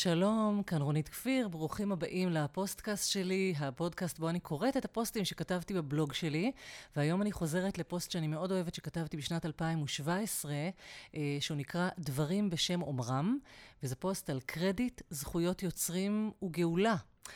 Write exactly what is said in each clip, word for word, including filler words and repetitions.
שלום, כאן רונית כפיר, ברוכים הבאים לפוסטקאסט שלי, הפודקאסט בו אני קוראת את הפוסטים שכתבתי בבלוג שלי, והיום אני חוזרת לפוסט שאני מאוד אוהבת שכתבתי בשנת אלפיים שבע עשרה, שהוא נקרא דברים בשם אומרם, וזה פוסט על קרדיט, זכויות יוצרים וגאולה.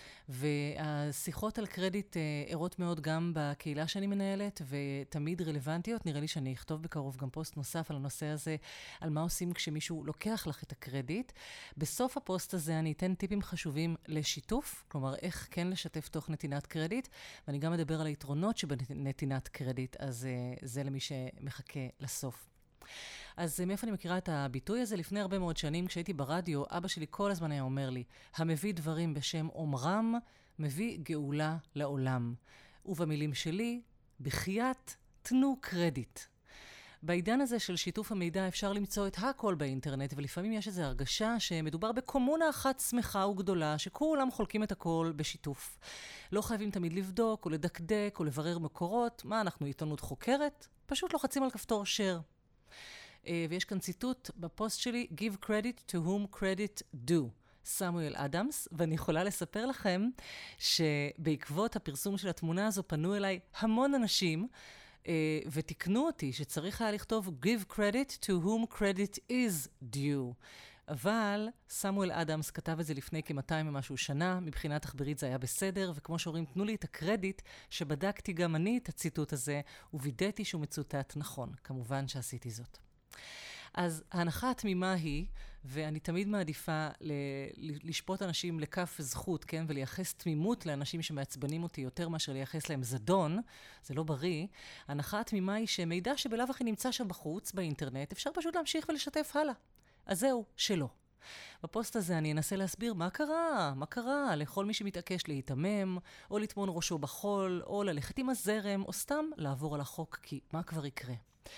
והשיחות על קרדיט ערות מאוד גם בקהילה שאני מנהלת, ותמיד רלוונטיות. נראה לי שאני אכתוב בקרוב גם פוסט נוסף על הנושא הזה, על מה עושים כשמישהו לוקח לך את הקרדיט. בסוף הפוסט הזה אני אתן טיפים חשובים לשיתוף, כלומר איך כן לשתף תוך נתינת קרדיט, ואני גם אדבר על היתרונות שבנתינת קרדיט, אז זה למי שמחכה לסוף. אז מאיפה אני מכירה את הביטוי הזה? לפני הרבה מאוד שנים, כשהייתי ברדיו, אבא שלי כל הזמן היה אומר לי, המביא דברים בשם אומרם, מביא גאולה לעולם. ובמילים שלי, בחייאת, תנו קרדיט. בעידן הזה של שיתוף המידע אפשר למצוא את הכל באינטרנט, ולפעמים יש איזו הרגשה שמדובר בקומונה אחת שמחה וגדולה, שכולם חולקים את הכל בשיתוף. לא חייבים תמיד לבדוק, או לדקדק, או לברר מקורות. מה, אנחנו עיתונות חוקרת? פשוט לוחצים על כפתור share. ויש כאן ציטוט בפוסט שלי, Give credit to whom credit due, סמואל אדמס, ואני יכולה לספר לכם שבעקבות הפרסום של התמונה הזו פנו אליי המון אנשים, ותקנו אותי שצריך היה לכתוב Give credit to whom credit is due. אבל סמואל אדמס כתב את זה לפני כ-מאתיים ומשהו שנה, מבחינה תחבירית זה היה בסדר, וכמו שאומרים, תנו לי את הקרדיט שבדקתי גם אני את הציטוט הזה, ווידאתי שהוא מצוטט נכון. כמובן שעשיתי זאת. אז ההנחה התמימה היא, ואני תמיד מעדיפה ל- לשפוט אנשים לכף זכות, כן? ולייחס תמימות לאנשים שמעצבנים אותי יותר מאשר לייחס להם זדון, זה לא בריא. ההנחה התמימה היא שמידע שבלאו הכי נמצא שם בחוץ, באינטרנט, אפשר פשוט להמשיך ולשתף הלאה. אז זהו, שלא. בפוסט הזה אני אנסה להסביר מה קרה, מה קרה לכל מי שמתעקש להתאמם, או לטמון ראשו בחול, או ללכת עם הזרם, או סתם לעבור על החוק, כי מה כבר יקרה?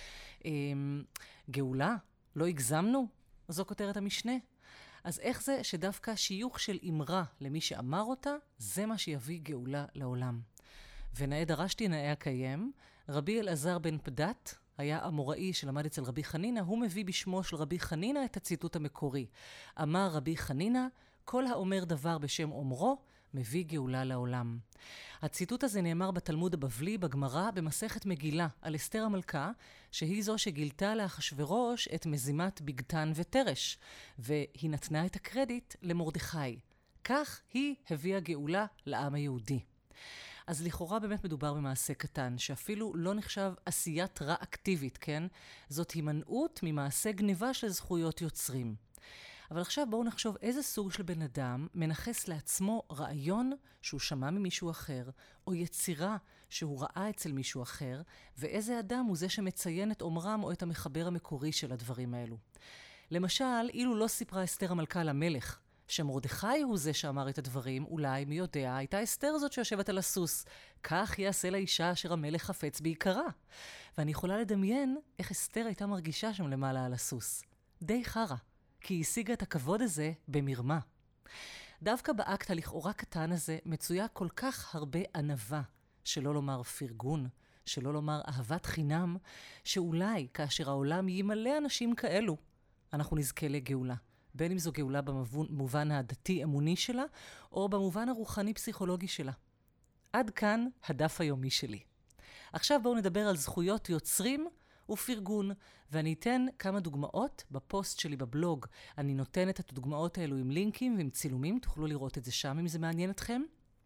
גאולה? לא הגזמנו? זו כותרת המשנה. אז איך זה שדווקא שיוך של אמרה למי שאמר אותה, זה מה שיביא גאולה לעולם? ונאה דרשתי נאה הקיים, רבי אלעזר בן פדת, היה אמוראי שלמד אצל רבי חנינה, הוא מביא בשמו של רבי חנינה את הציטוט המקורי. אמר רבי חנינה, כל האומר דבר בשם אומרו, מביא גאולה לעולם. הציטוט הזה נאמר בתלמוד הבבלי, בגמרא, במסכת מגילה, על אסתר המלכה, שהיא זו שגילתה לאחשוורוש את מזימת בגתן ותרש, והיא נתנה את הקרדיט למרדכי. כך היא הביאה גאולה לעם היהודי. אז לכאורה באמת מדובר במעשה קטן, שאפילו לא נחשב עשיית רע אקטיבית, כן? זאת הימנעות ממעשה גניבה של זכויות יוצרים. אבל עכשיו בואו נחשוב איזה סוג של בן אדם מנחס לעצמו רעיון שהוא שמע ממישהו אחר, או יצירה שהוא ראה אצל מישהו אחר, ואיזה אדם הוא זה שמציין את אומרם או את המחבר המקורי של הדברים האלו. למשל, אילו לא סיפרה אסתר המלכה למלך, שמרדכי הוא זה שאמר את הדברים, אולי, מי יודע, הייתה אסתר זאת שיושבת על הסוס. כך יעשה לאישה אשר המלך חפץ בעיקרה. ואני יכולה לדמיין איך אסתר הייתה מרגישה שם למעלה על הסוס. די חרה. כי היא השיגה את הכבוד הזה במרמה. דווקא באקט הלכאורה קטן הזה מצויה כל כך הרבה ענווה, שלא לומר פרגון, שלא לומר אהבת חינם, שאולי כאשר העולם ימלא אנשים כאלו, אנחנו נזכה לגאולה. בין אם זו גאולה במובן הדתי-אמוני שלה, או במובן הרוחני-פסיכולוגי שלה. עד כאן הדף היומי שלי. עכשיו בואו נדבר על זכויות יוצרים, ופרגון, ואני אתן כמה דוגמאות בפוסט שלי בבלוג. אני נותנת את הדוגמאות האלו עם לינקים ועם צילומים, תוכלו לראות את זה שם אם זה מעניין אתכם.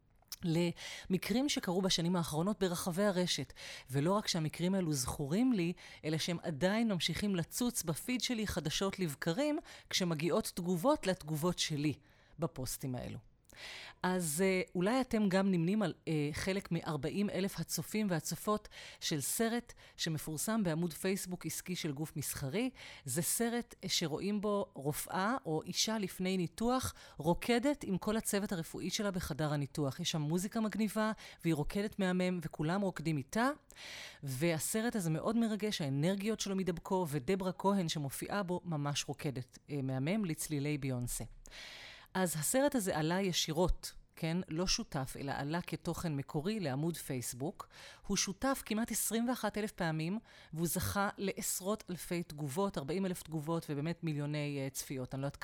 למקרים שקרו בשנים האחרונות ברחבי הרשת, ולא רק שהמקרים האלו זכורים לי, אלא שהם עדיין ממשיכים לצוץ בפיד שלי חדשות לבקרים, כשמגיעות תגובות לתגובות שלי בפוסטים האלו. אז אולי אתם גם נמנים על אה, חלק מ-ארבעים אלף הצופים והצופות של סרט שמפורסם בעמוד פייסבוק עסקי של גוף מסחרי. זה סרט שרואים בו רופאה או אישה לפני ניתוח רוקדת עם כל הצוות הרפואי שלה בחדר הניתוח. יש שם מוזיקה מגניבה והיא רוקדת מהמם וכולם רוקדים איתה. והסרט הזה מאוד מרגש, האנרגיות שלו מדבקו, ודברה כהן שמופיעה בו ממש רוקדת אה, מהמם לצלילי ביונסה. אז הסרט הזה עלה ישירות, כן, לא שותף, אלא עלה כתוכן מקורי לעמוד פייסבוק. הוא שותף כמעט עשרים ואחת אלף פעמים, והוא זכה לעשרות אלפי תגובות, ארבעים אלף תגובות, ובאמת מיליוני uh, צפיות, אני לא יודעת כמה.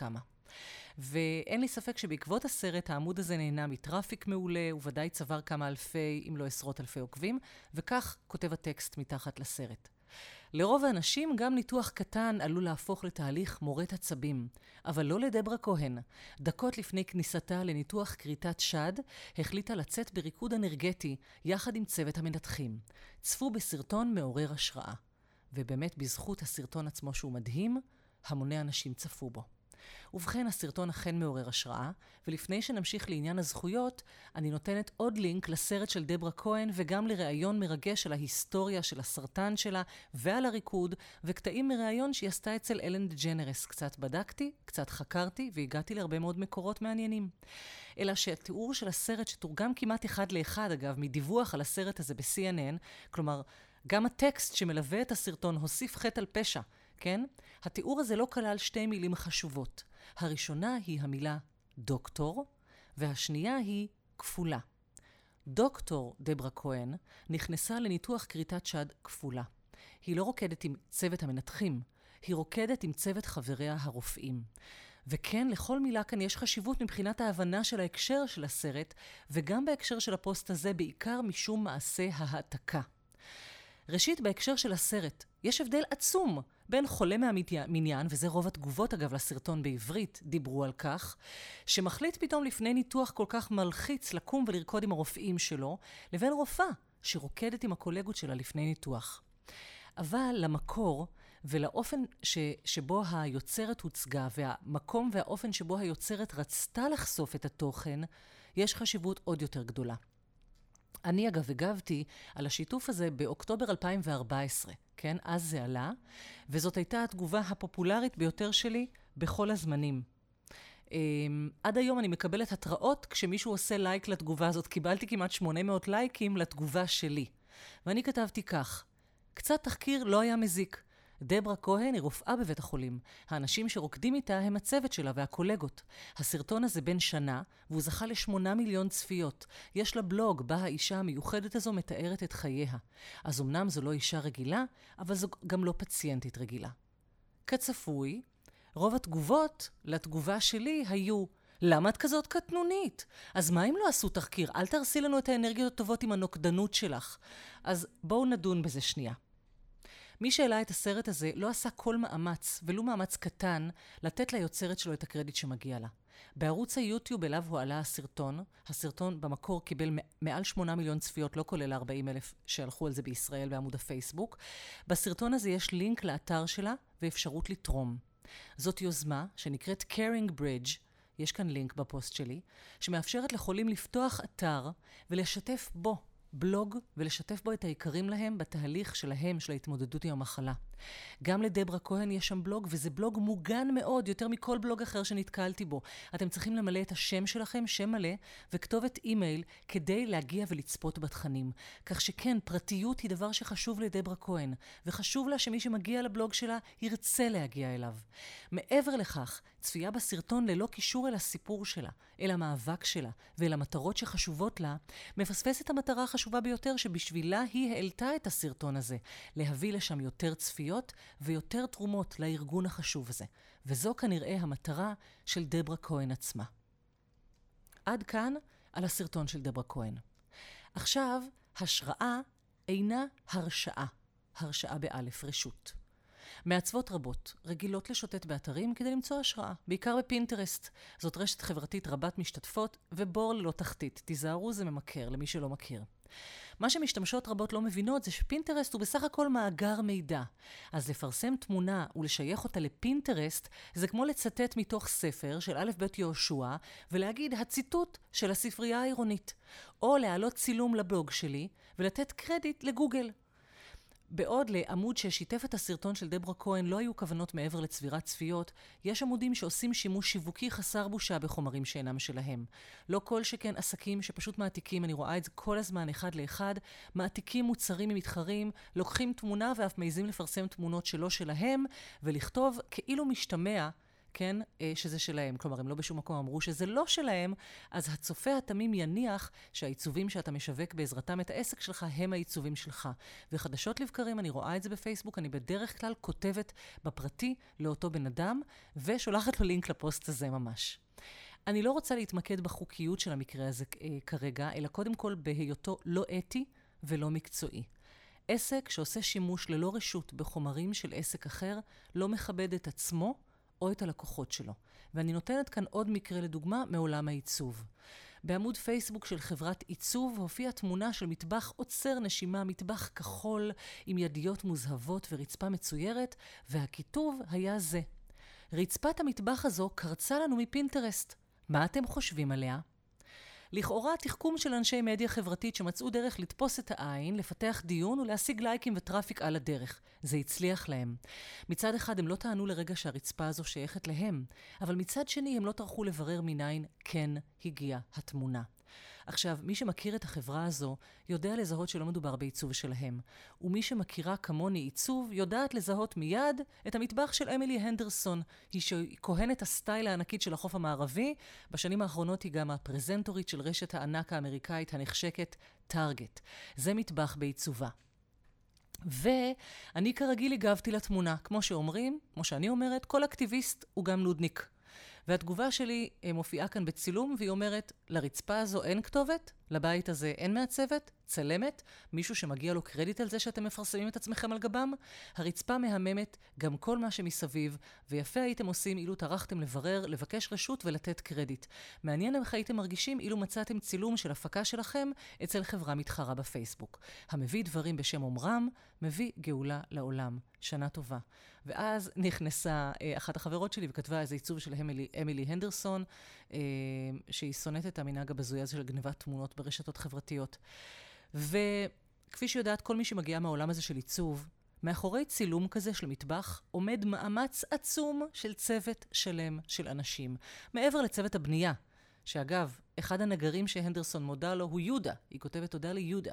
ואין לי ספק שבעקבות הסרט העמוד הזה נהנה מטראפיק מעולה, וודאי צבר כמה אלפי, אם לא עשרות אלפי עוקבים, וכך כותב הטקסט מתחת לסרט. לרוב האנשים גם ניתוח קטן עלול להפוך לתהליך מורת עצבים, אבל לא לדברה כהן. דקות לפני כניסתה לניתוח קריטת שד, החליטה לצאת בריקוד אנרגטי יחד עם צוות המנתחים. צפו בסרטון מעורר השראה. ובאמת בזכות הסרטון עצמו שהוא מדהים, המוני אנשים צפו בו. ובכן, הסרטון אכן מעורר השראה, ולפני שנמשיך לעניין הזכויות, אני נותנת עוד לינק לסרט של דברה כהן, וגם לראיון מרגש על ההיסטוריה של הסרטן שלה, ועל הריקוד, וקטעים מראיון שהיא עשתה אצל אלן דג'נרס. קצת בדקתי, קצת חקרתי, והגעתי להרבה מאוד מקורות מעניינים. אלא שהתיאור של הסרט, שתורגם כמעט אחד לאחד, אגב, מדיווח על הסרט הזה ב-סי אן אן, כלומר, גם הטקסט שמלווה את הסרטון הוסיף חטא על פשע, כן? התיאור הזה לא כלל שתי מילים חשובות. הראשונה היא המילה דוקטור, והשנייה היא כפולה. דוקטור דברה כהן נכנסה לניתוח קריטת שד כפולה. היא לא רוקדת עם צוות המנתחים, היא רוקדת עם צוות חבריה הרופאים. וכן, לכל מילה כאן יש חשיבות מבחינת ההבנה של ההקשר של הסרט, וגם בהקשר של הפוסט הזה בעיקר משום מעשה ההעתקה. ראשית, בהקשר של הסרט, יש הבדל עצום בין חולה מהמניין, וזה רוב התגובות אגב לסרטון בעברית, דיברו על כך, שמחליט פתאום לפני ניתוח כל כך מלחיץ לקום ולרקוד עם הרופאים שלו, לבין רופאה שרוקדת עם הקולגות שלה לפני ניתוח. אבל למקור ולאופן ש, שבו היוצרת הוצגה, והמקום והאופן שבו היוצרת רצתה לחשוף את התוכן, יש חשיבות עוד יותר גדולה. אני אגב הגבתי על השיתוף הזה באוקטובר אלפיים וארבע עשרה, כן? אז זה עלה, וזאת הייתה התגובה הפופולרית ביותר שלי בכל הזמנים. עד היום אני מקבלת התראות כשמישהו עושה לייק לתגובה הזאת. קיבלתי כמעט שמונה מאות לייקים לתגובה שלי. ואני כתבתי כך: קצת תחקיר לא היה מזיק. דברה כהן היא רופאה בבית החולים. האנשים שרוקדים איתה הם הצוות שלה והקולגות. הסרטון הזה בן שנה, והוא זכה לשמונה מיליון צפיות. יש לה בלוג בה האישה המיוחדת הזו מתארת את חייה. אז אמנם זו לא אישה רגילה, אבל זו גם לא פציינטית רגילה. כצפוי, רוב התגובות לתגובה שלי היו: למה את כזאת קטנונית? אז מה אם לא עשו תחקיר? אל תרסי לנו את האנרגיות הטובות עם הנוקדנות שלך. אז בואו נדון בזה שנייה. מי שהעלה את הסרט הזה לא עשה כל מאמץ, ולו מאמץ קטן, לתת ליוצרת שלו את הקרדיט שמגיע לה. בערוץ היוטיוב אליו הוא עלה הסרטון, הסרטון במקור קיבל מעל שמונה מיליון צפיות, לא כולל ארבעים אלף שהלכו על זה בישראל בעמוד הפייסבוק. בסרטון הזה יש לינק לאתר שלה ואפשרות לתרום. זאת יוזמה שנקראת Caring Bridge, יש כאן לינק בפוסט שלי, שמאפשרת לחולים לפתוח אתר ולשתף בו בלוג ולשתף בו את העיקרים להם בתהליך שלהם של ההתמודדות עם המחלה. גם לדברה כהן יש שם בלוג, וזה בלוג מוגן מאוד, יותר מכל בלוג אחר שנתקלתי בו. אתם צריכים למלא את השם שלכם, שם מלא, וכתובת אימייל כדי להגיע ולצפות בתכנים. כך שכן, פרטיות היא דבר שחשוב לדברה כהן, וחשוב לה שמי שמגיע לבלוג שלה ירצה להגיע אליו. מעבר לכך, צפייה בסרטון ללא קישור אל הסיפור שלה, אל המאבק שלה ואל המטרות שחשובות לה, מפספס את המטרה החשובה ביותר שבשבילה היא העלתה את הסרטון הזה, להביא לשם יותר צפיות ויותר תרומות לארגון החשוב הזה. וזו כנראה המטרה של דברה כהן עצמה. עד כאן על הסרטון של דברה כהן. עכשיו, השראה אינה הרשאה. הרשאה באלף, רשות. מעצבות רבות רגילות לשוטט באתרים כדי למצוא השראה, בעיקר בפינטרסט. זאת רשת חברתית רבת משתתפות ובור ללא תחתית. תיזהרו, זה ממכר למי שלא מכיר. מה שמשתמשות רבות לא מבינות זה שפינטרסט הוא בסך הכל מאגר מידע. אז לפרסם תמונה ולשייך אותה לפינטרסט זה כמו לצטט מתוך ספר של א' ב' יהושע ולהגיד הציטוט של הספרייה העירונית. או להעלות צילום לבלוג שלי ולתת קרדיט לגוגל. בעוד לעמוד ששיתף את הסרטון של דברה כהן לא היו כוונות מעבר לצבירת צפיות, יש עמודים שעושים שימוש שיווקי חסר בושה בחומרים שאינם שלהם. לא כל שכן עסקים שפשוט מעתיקים, אני רואה את זה כל הזמן אחד לאחד, מעתיקים מוצרים ממתחרים, לוקחים תמונה ואף מעיזים לפרסם תמונות שלא שלהם, ולכתוב כאילו משתמע, כן, שזה שלהם. כלומר, הם לא בשום מקום אמרו שזה לא שלהם, אז הצופה התמים יניח שהעיצובים שאתה משווק בעזרתם את העסק שלך הם העיצובים שלך. וחדשות לבקרים, אני רואה את זה בפייסבוק, אני בדרך כלל כותבת בפרטי לאותו בן אדם, ושולחת לו לינק לפוסט הזה ממש. אני לא רוצה להתמקד בחוקיות של המקרה הזה אה, כרגע, אלא קודם כל בהיותו לא אתי ולא מקצועי. עסק שעושה שימוש ללא רשות בחומרים של עסק אחר, לא מכבד את עצמו או את הלקוחות שלו. ואני נותנת כאן עוד מקרה לדוגמה מעולם העיצוב. בעמוד פייסבוק של חברת עיצוב הופיעה תמונה של מטבח עוצר נשימה, מטבח כחול עם ידיות מוזהבות ורצפה מצוירת, והכיתוב היה זה. רצפת המטבח הזו קרצה לנו מפינטרסט. מה אתם חושבים עליה? לכאורה תחכום של אנשי מדיה חברתית שמצאו דרך לתפוס את העין, לפתח דיון ולהשיג לייקים וטראפיק על הדרך. זה הצליח להם. מצד אחד הם לא טענו לרגע שהרצפה הזו שייכת להם, אבל מצד שני הם לא טרחו לברר מניין כן הגיעה התמונה. עכשיו, מי שמכיר את החברה הזו יודע לזהות שלא מדובר בעיצוב שלהם, ומי שמכירה כמוני עיצוב יודעת לזהות מיד את המטבח של אמילי הנדרסון, היא שכהנת הסטייל הענקית של החוף המערבי, בשנים האחרונות היא גם הפרזנטורית של רשת הענק האמריקאית הנחשקת טארגט. זה מטבח בעיצובה. ואני כרגיל הגבתי לתמונה, כמו שאומרים, כמו שאני אומרת, כל אקטיביסט הוא גם נודניק. והתגובה שלי מופיעה כאן בצילום, והיא אומרת, לרצפה הזו אין כתובת, לבית הזה אין מעצבת, צלמת, מישהו שמגיע לו קרדיט על זה שאתם מפרסמים את עצמכם על גבם, הרצפה מהממת, גם כל מה שמסביב, ויפה הייתם עושים אילו טרחתם לברר, לבקש רשות ולתת קרדיט. מעניין איך הייתם מרגישים אילו מצאתם צילום של הפקה שלכם אצל חברה מתחרה בפייסבוק. המביא דברים בשם אומרם, מביא גאולה לעולם. שנה טובה. ואז נכנסה אה, אחת החברות שלי וכתבה איזה עיצוב של אמילי, אמילי הנדרסון, אה, שהיא שונאת את המנהג הבזוי הזה של גנבת תמונות ברשתות חברתיות. וכפי שיודעת, כל מי שמגיע מהעולם הזה של עיצוב, מאחורי צילום כזה של מטבח עומד מאמץ עצום של צוות שלם של אנשים. מעבר לצוות הבנייה, שאגב, אחד הנגרים שהנדרסון מודה לו הוא יהודה. היא כותבת תודה ליהודה.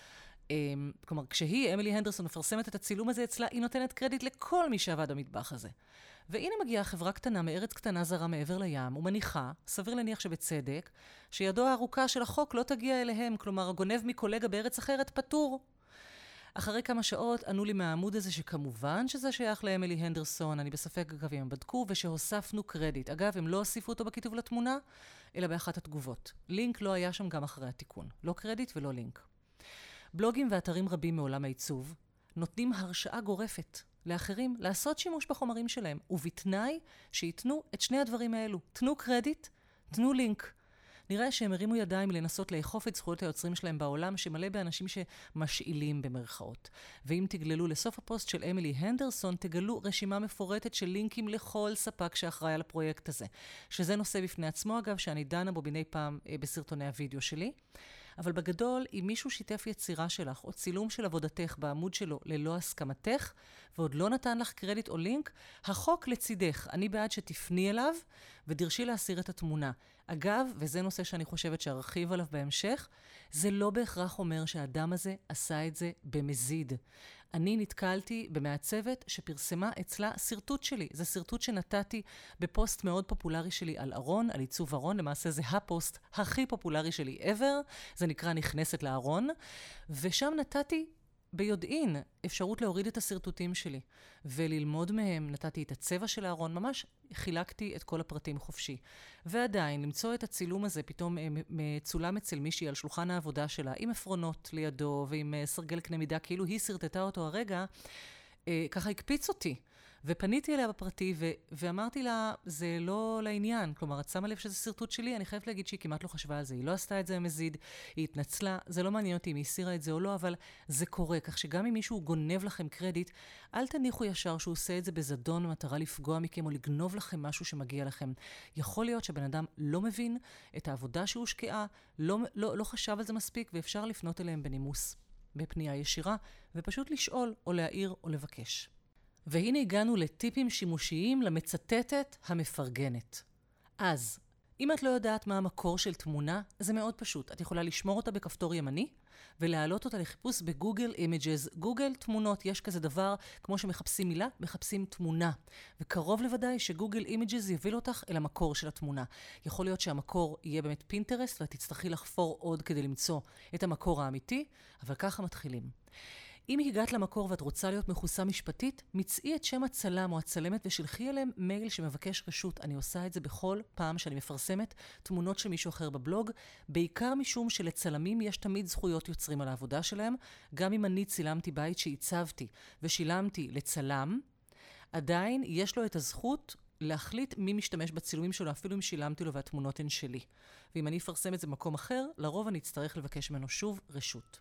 כלומר, כשהיא, אמילי הנדרסון, מפרסמת את הצילום הזה אצלה, היא נותנת קרדיט לכל מי שעבד במטבח הזה. והנה מגיעה חברה קטנה מארץ קטנה זרה מעבר לים, ומניחה, סביר להניח שבצדק, שידו הארוכה של החוק לא תגיע אליהם, כלומר, הגונב מקולגה בארץ אחרת פטור. אחרי כמה שעות ענו לי מהעמוד הזה שכמובן שזה שייך לאמילי הנדרסון, אני בספק אגב אם הם בדקו, ושהוספנו קרדיט. אגב, הם לא הוסיפו אותו בכיתוב לתמונה, אלא באחת התגובות. לינק לא היה שם גם אחרי התיקון. לא קרדיט ולא לינק. בלוגים ואתרים רבים מעולם העיצוב נותנים הרשאה גורפת לאחרים לעשות שימוש בחומרים שלהם, ובתנאי שיתנו את שני הדברים האלו. תנו קרדיט, תנו לינק. נראה שהם הרימו ידיים לנסות לאכוף את זכויות היוצרים שלהם בעולם, שמלא באנשים שמשאילים במרכאות. ואם תגללו לסוף הפוסט של אמילי הנדרסון, תגלו רשימה מפורטת של לינקים לכל ספק שאחראי על הפרויקט הזה. שזה נושא בפני עצמו, אגב, שאני דנה בו ביני פעם בסרטוני הוידאו שלי. אבל בגדול, אם מישהו שיתף יצירה שלך או צילום של עבודתך בעמוד שלו ללא הסכמתך, ועוד לא נתן לך קרדיט או לינק, החוק לצידך. אני בעד שתפני אליו ודרשי להסיר את התמונה. אגב, וזה נושא שאני חושבת שארחיב עליו בהמשך, זה לא בהכרח אומר שהאדם הזה עשה את זה במזיד. אני נתקלתי במעצבת שפרסמה אצלה סרטוט שלי. זה סרטוט שנתתי בפוסט מאוד פופולרי שלי על ארון, על עיצוב ארון. למעשה זה הפוסט הכי פופולרי שלי ever. זה נקרא נכנסת לארון. ושם נתתי ביודעין אפשרות להוריד את הסרטוטים שלי וללמוד מהם. נתתי את הצבע של הארון, ממש חילקתי את כל הפרטים חופשי. ועדיין, למצוא את הצילום הזה פתאום מצולם אצל מישהי על שולחן העבודה שלה, עם עפרונות לידו ועם סרגל קנה מידה, כאילו היא סרטטה אותו הרגע, ככה הקפיץ אותי. ופניתי אליה בפרטי ו- ואמרתי לה, זה לא לעניין. כלומר, את שמה לב שזה סרטוט שלי, אני חייבת להגיד שהיא כמעט לא חשבה על זה. היא לא עשתה את זה במזיד, היא התנצלה. זה לא מעניין אותי אם היא הסירה את זה או לא, אבל זה קורה. כך שגם אם מישהו גונב לכם קרדיט, אל תניחו ישר שהוא עושה את זה בזדון במטרה לפגוע מכם או לגנוב לכם משהו שמגיע לכם. יכול להיות שבן אדם לא מבין את העבודה שהושקעה, לא, לא, לא חשב על זה מספיק, ואפשר לפנות אליהם בנימוס, בפנייה ישירה, ופשוט לשאול או להעיר או לבקש. והנה הגענו לטיפים שימושיים למצטטת המפרגנת. אז, אם את לא יודעת מה המקור של תמונה, זה מאוד פשוט. את יכולה לשמור אותה בכפתור ימני, ולהעלות אותה לחיפוש בגוגל אימג'ז. גוגל תמונות, יש כזה דבר, כמו שמחפשים מילה, מחפשים תמונה. וקרוב לוודאי שגוגל אימג'ז יוביל אותך אל המקור של התמונה. יכול להיות שהמקור יהיה באמת פינטרסט, ואת תצטרכי לחפור עוד כדי למצוא את המקור האמיתי, אבל ככה מתחילים. אם הגעת למקור ואת רוצה להיות מכוסה משפטית, מצאי את שם הצלם או הצלמת ושלחי אליהם מייל שמבקש רשות. אני עושה את זה בכל פעם שאני מפרסמת תמונות של מישהו אחר בבלוג, בעיקר משום שלצלמים יש תמיד זכויות יוצרים על העבודה שלהם. גם אם אני צילמתי בית שעיצבתי ושילמתי לצלם, עדיין יש לו את הזכות להחליט מי משתמש בצילומים שלו, אפילו אם שילמתי לו והתמונות הן שלי. ואם אני אפרסם את זה במקום אחר, לרוב אני אצטרך לבקש ממנו שוב רשות.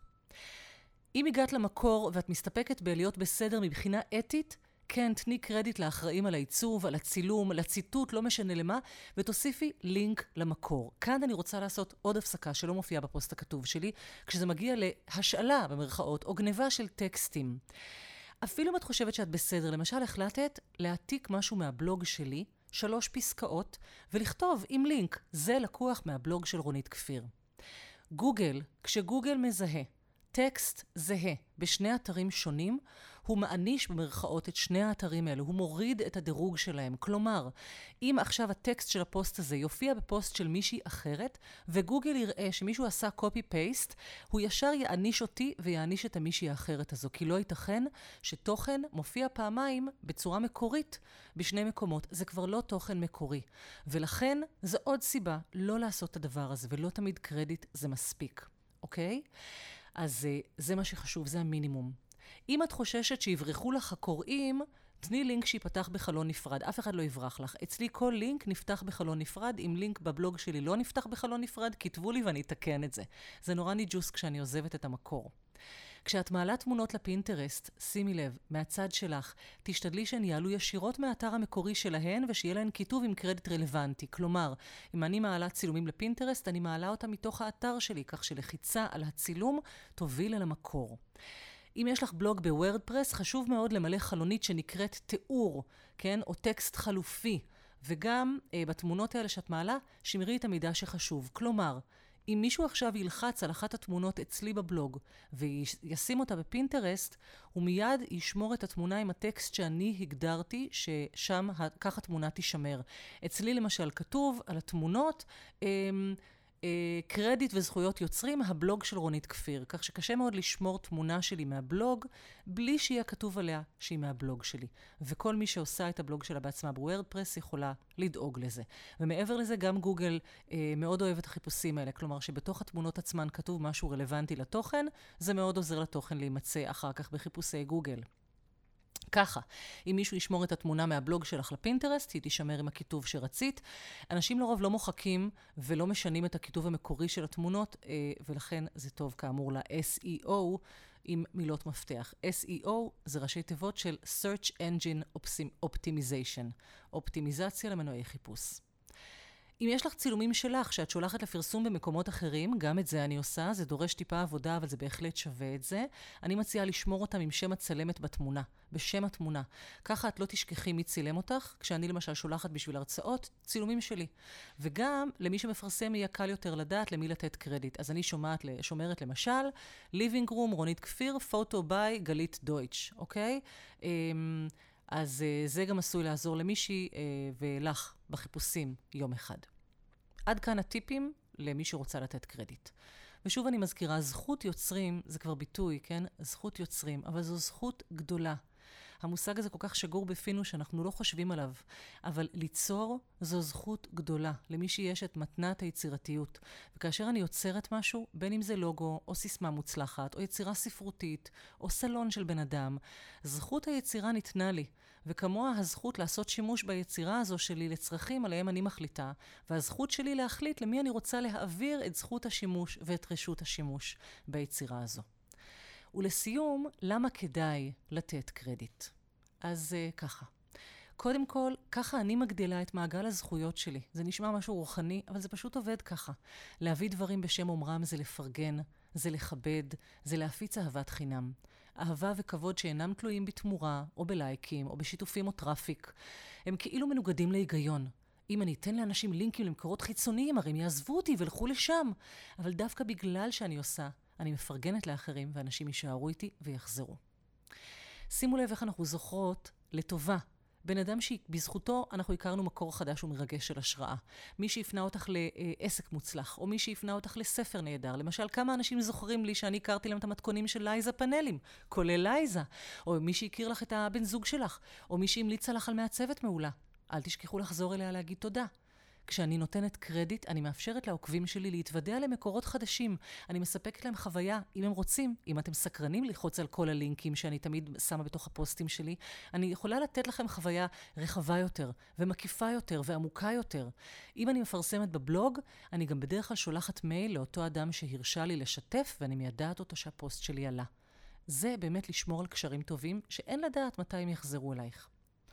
אם הגעת למקור ואת מסתפקת בלהיות בסדר מבחינה אתית, כן, תני קרדיט לאחראים על העיצוב, על הצילום, לציטוט, לא משנה למה, ותוסיפי לינק למקור. כאן אני רוצה לעשות עוד הפסקה שלא מופיעה בפוסט הכתוב שלי, כשזה מגיע להשאלה במרכאות או גניבה של טקסטים. אפילו אם את חושבת שאת בסדר, למשל החלטת להעתיק משהו מהבלוג שלי, שלוש פסקאות, ולכתוב עם לינק, זה לקוח מהבלוג של רונית כפיר. גוגל, כשגוגל מזהה טקסט זהה בשני אתרים שונים, הוא מעניש במרכאות את שני האתרים האלו, הוא מוריד את הדירוג שלהם. כלומר, אם עכשיו הטקסט של הפוסט הזה יופיע בפוסט של מישהי אחרת, וגוגל יראה שמישהו עשה copy-paste, הוא ישר יעניש אותי ויעניש את המישהי האחרת הזו, כי לא ייתכן שתוכן מופיע פעמיים בצורה מקורית בשני מקומות. זה כבר לא תוכן מקורי. ולכן, זו עוד סיבה לא לעשות את הדבר הזה, ולא תמיד קרדיט זה מספיק. אוקיי? אז זה מה שחשוב, זה המינימום. אם את חוששת שיברחו לך הקוראים, תני לינק שיפתח בחלון נפרד. אף אחד לא יברח לך. אצלי כל לינק נפתח בחלון נפרד. אם לינק בבלוג שלי לא נפתח בחלון נפרד, כתבו לי ואני אתקן את זה. זה נורא ניג'וס כשאני עוזבת את המקור. כשאת מעלה תמונות לפינטרסט, שימי לב, מהצד שלך, תשתדלי שהן יעלו ישירות מהאתר המקורי שלהן, ושיהיה להן כיתוב עם קרדיט רלוונטי. כלומר, אם אני מעלה צילומים לפינטרסט, אני מעלה אותם מתוך האתר שלי, כך שלחיצה על הצילום תוביל אל המקור. אם יש לך בלוג בוורדפרס, חשוב מאוד למלא חלונית שנקראת תיאור, כן? או טקסט חלופי. וגם אה, בתמונות האלה שאת מעלה, שמרי את המידע שחשוב. כלומר, אם מישהו עכשיו ילחץ על אחת התמונות אצלי בבלוג וישים אותה בפינטרסט, הוא מיד ישמור את התמונה עם הטקסט שאני הגדרתי ששם כך התמונה תישמר. אצלי למשל כתוב על התמונות קרדיט וזכויות יוצרים, הבלוג של רונית כפיר. כך שקשה מאוד לשמור תמונה שלי מהבלוג בלי שיהיה כתוב עליה שהיא מהבלוג שלי. וכל מי שעושה את הבלוג שלה בעצמה בוורדפרס יכולה לדאוג לזה. ומעבר לזה גם גוגל אה, מאוד אוהב את החיפושים האלה. כלומר שבתוך התמונות עצמן כתוב משהו רלוונטי לתוכן, זה מאוד עוזר לתוכן להימצא אחר כך בחיפושי גוגל. ככה, אם מישהו ישמור את התמונה מהבלוג שלך לפינטרסט, היא תישמר עם הכיתוב שרצית. אנשים לרוב לא מוחקים ולא משנים את הכיתוב המקורי של התמונות, ולכן זה טוב כאמור ל-אס אי או עם מילות מפתח. אס אי או זה ראשי תיבות של Search Engine Optimization, אופטימיזציה למנועי חיפוש. אם יש לך צילומים שלך שאת שולחת לפרסום במקומות אחרים, גם את זה אני עושה, זה דורש טיפה עבודה, אבל זה בהחלט שווה את זה. אני מציעה לשמור אותם עם שם הצלמת בתמונה, בשם התמונה. ככה את לא תשכחי מי צילם אותך, כשאני למשל שולחת בשביל הרצאות, צילומים שלי. וגם למי שמפרסם יהיה קל יותר לדעת למי לתת קרדיט. אז אני שומעת, שומרת למשל, Living Room, רונית כפיר, פוטו ביי, גלית דויטש, אוקיי? אז זה גם עשוי לעזור למישהי ולך בחיפושים יום אחד. עד כאן הטיפים למי שרוצה לתת קרדיט. ושוב אני מזכירה, זכות יוצרים, זה כבר ביטוי, כן? זכות יוצרים, אבל זו זכות גדולה. המושג הזה כל כך שגור בפינו שאנחנו לא חושבים עליו, אבל ליצור זו זכות גדולה למי שיש את מתנת היצירתיות. וכאשר אני יוצרת משהו, בין אם זה לוגו או סיסמה מוצלחת, או יצירה ספרותית, או סלון של בן אדם, זכות היצירה ניתנה לי, וכמוה הזכות לעשות שימוש ביצירה הזו שלי לצרכים עליהם אני מחליטה, והזכות שלי להחליט למי אני רוצה להעביר את זכות השימוש ואת רשות השימוש ביצירה הזו. ולסיום, למה כדאי לתת קרדיט? אז uh, ככה. קודם כל, ככה אני מגדילה את מעגל הזכויות שלי. זה נשמע משהו רוחני, אבל זה פשוט עובד ככה. להביא דברים בשם אומרם זה לפרגן, זה לכבד, זה להפיץ אהבת חינם. אהבה וכבוד שאינם תלויים בתמורה, או בלייקים, או בשיתופים או טראפיק. הם כאילו מנוגדים להיגיון. אם אני אתן לאנשים לינקים למקורות חיצוניים, הרי הם יעזבו אותי ולכו לשם. אבל דווקא בגלל שאני עושה, אני מפרגנת לאחרים, ואנשים יישארו איתי ויחזרו. שימו לב איך אנחנו זוכרות לטובה. בן אדם שבזכותו אנחנו הכרנו מקור חדש ומרגש של השראה. מי שיפנה אותך לעסק מוצלח, או מי שיפנה אותך לספר נהדר. למשל, כמה אנשים זוכרים לי שאני הכרתי להם את המתכונים של לייזה פאנלים, כולל לייזה. או מי שהכיר לך את הבן זוג שלך, או מי שהמליצה לך על מעצבת מעולה. אל תשכחו לחזור אליה להגיד תודה. כשאני נותנת קרדיט, אני מאפשרת לעוקבים שלי להתוודע למקורות חדשים. אני מספקת להם חוויה, אם הם רוצים, אם אתם סקרנים ללחוץ על כל הלינקים שאני תמיד שמה בתוך הפוסטים שלי, אני יכולה לתת לכם חוויה רחבה יותר, ומקיפה יותר, ועמוקה יותר. אם אני מפרסמת בבלוג, אני גם בדרך כלל שולחת מייל לאותו אדם שהרשה לי לשתף, ואני מיידעת אותו שהפוסט שלי עלה. זה באמת לשמור על קשרים טובים, שאין לדעת מתי הם יחזרו אלייך.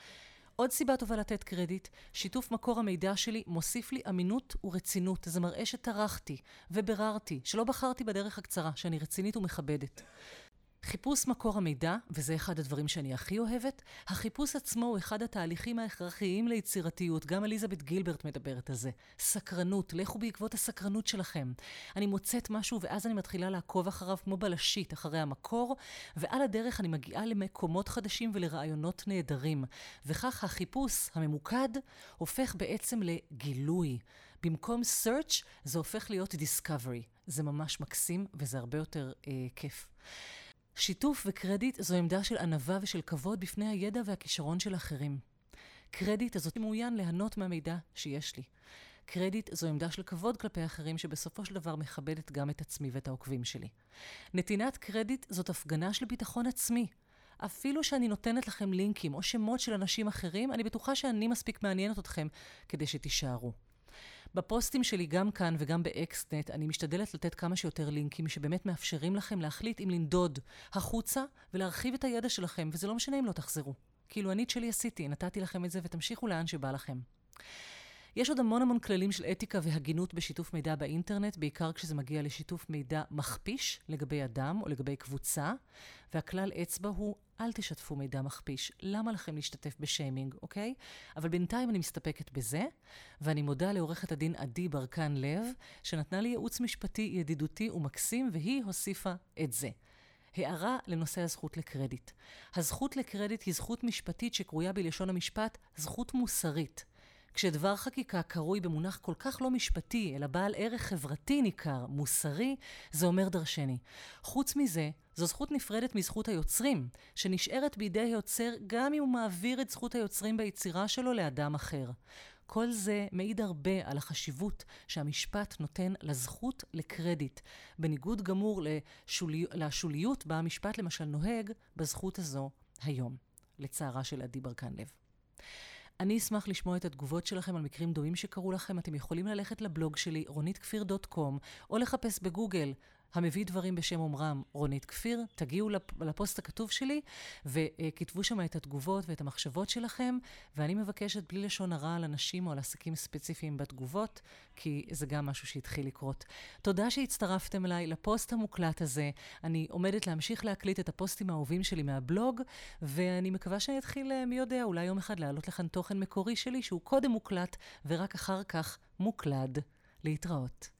עוד סיבה טובה לתת קרדיט, שיתוף מקור המידע שלי מוסיף לי אמינות ורצינות. זה מראה שטרחתי ובררתי, שלא בחרתי בדרך הקצרה, שאני רצינית ומכבדת. חיפוש מקור המידע, וזה אחד הדברים שאני הכי אוהבת, החיפוש עצמו הוא אחד התהליכים ההכרחיים ליצירתיות. גם אליזבת גילברט מדברת על זה. סקרנות, לכו בעקבות הסקרנות שלכם. אני מוצאת משהו ואז אני מתחילה לעקוב אחריו כמו בלשית, אחרי המקור, ועל הדרך אני מגיעה למקומות חדשים ולרעיונות נהדרים. וכך החיפוש הממוקד הופך בעצם לגילוי. במקום search זה הופך להיות discovery. זה ממש מקסים וזה הרבה יותר אה, כיף. שיתוף וקרדיט זו עמדה של ענווה ושל כבוד בפני הידע והכישרון של אחרים. קרדיט הזאת מעוניין ליהנות מהמידע שיש לי. קרדיט זו עמדה של כבוד כלפי אחרים שבסופו של דבר מכבדת גם את עצמי ואת העוקבים שלי. נתינת קרדיט זאת הפגנה של ביטחון עצמי. אפילו שאני נותנת לכם לינקים או שמות של אנשים אחרים, אני בטוחה שאני מספיק מעניינת אתכם כדי שתישארו. בפוסטים שלי גם כאן וגם באקסנט אני משתדלת לתת כמה שיותר לינקים שבאמת מאפשרים לכם להחליט אם לנדוד החוצה ולהרחיב את הידע שלכם, וזה לא משנה אם לא תחזרו. כאילו אני את שלי עשיתי, נתתי לכם את זה ותמשיכו לאן שבא לכם. יש עוד המון המון כללים של אתיקה והגינות בשיתוף מידע באינטרנט, בעיקר כשזה מגיע לשיתוף מידע מכפיש לגבי אדם או לגבי קבוצה, והכלל אצבע הוא אל תשתפו מידע מכפיש. למה לכם להשתתף בשיימינג, אוקיי? אבל בינתיים אני מסתפקת בזה, ואני מודה לעורכת הדין עדי ברקן לב, שנתנה לי ייעוץ משפטי ידידותי ומקסים, והיא הוסיפה את זה. הערה לנושא הזכות לקרדיט. הזכות לקרדיט היא זכות משפטית שקרויה בלשון המשפט זכות מוסרית. כשדבר חקיקה קרוי במונח כל כך לא משפטי, אלא בעל ערך חברתי ניכר, מוסרי, זה אומר דרשני. חוץ מזה, זו זכות נפרדת מזכות היוצרים, שנשארת בידי היוצר גם אם הוא מעביר את זכות היוצרים ביצירה שלו לאדם אחר. כל זה מעיד הרבה על החשיבות שהמשפט נותן לזכות לקרדיט, בניגוד גמור לשולי... לשוליות בה המשפט למשל נוהג בזכות הזו היום, לצערה של עדי ברקן לב. אני אשמח לשמוע את התגובות שלכם על מקרים דומים שקרו לכם. אתם יכולים ללכת לבלוג שלי, רונית כפיר דוט קום, או לחפש בגוגל, המביא דברים בשם אומרם, רונית כפיר. תגיעו לפוסט הכתוב שלי, וכתבו שם את התגובות ואת המחשבות שלכם, ואני מבקשת בלי לשון הרע על אנשים או על עסקים ספציפיים בתגובות, כי זה גם משהו שהתחיל לקרות. תודה שהצטרפתם אליי לפוסט המוקלט הזה. אני עומדת להמשיך להקליט את הפוסטים האהובים שלי מהבלוג, ואני מקווה שאני אתחיל, מי יודע, אולי יום אחד להעלות לכאן תוכן מקורי שלי, שהוא קודם מוקלט, ורק אחר כך מוקלד. להתראות.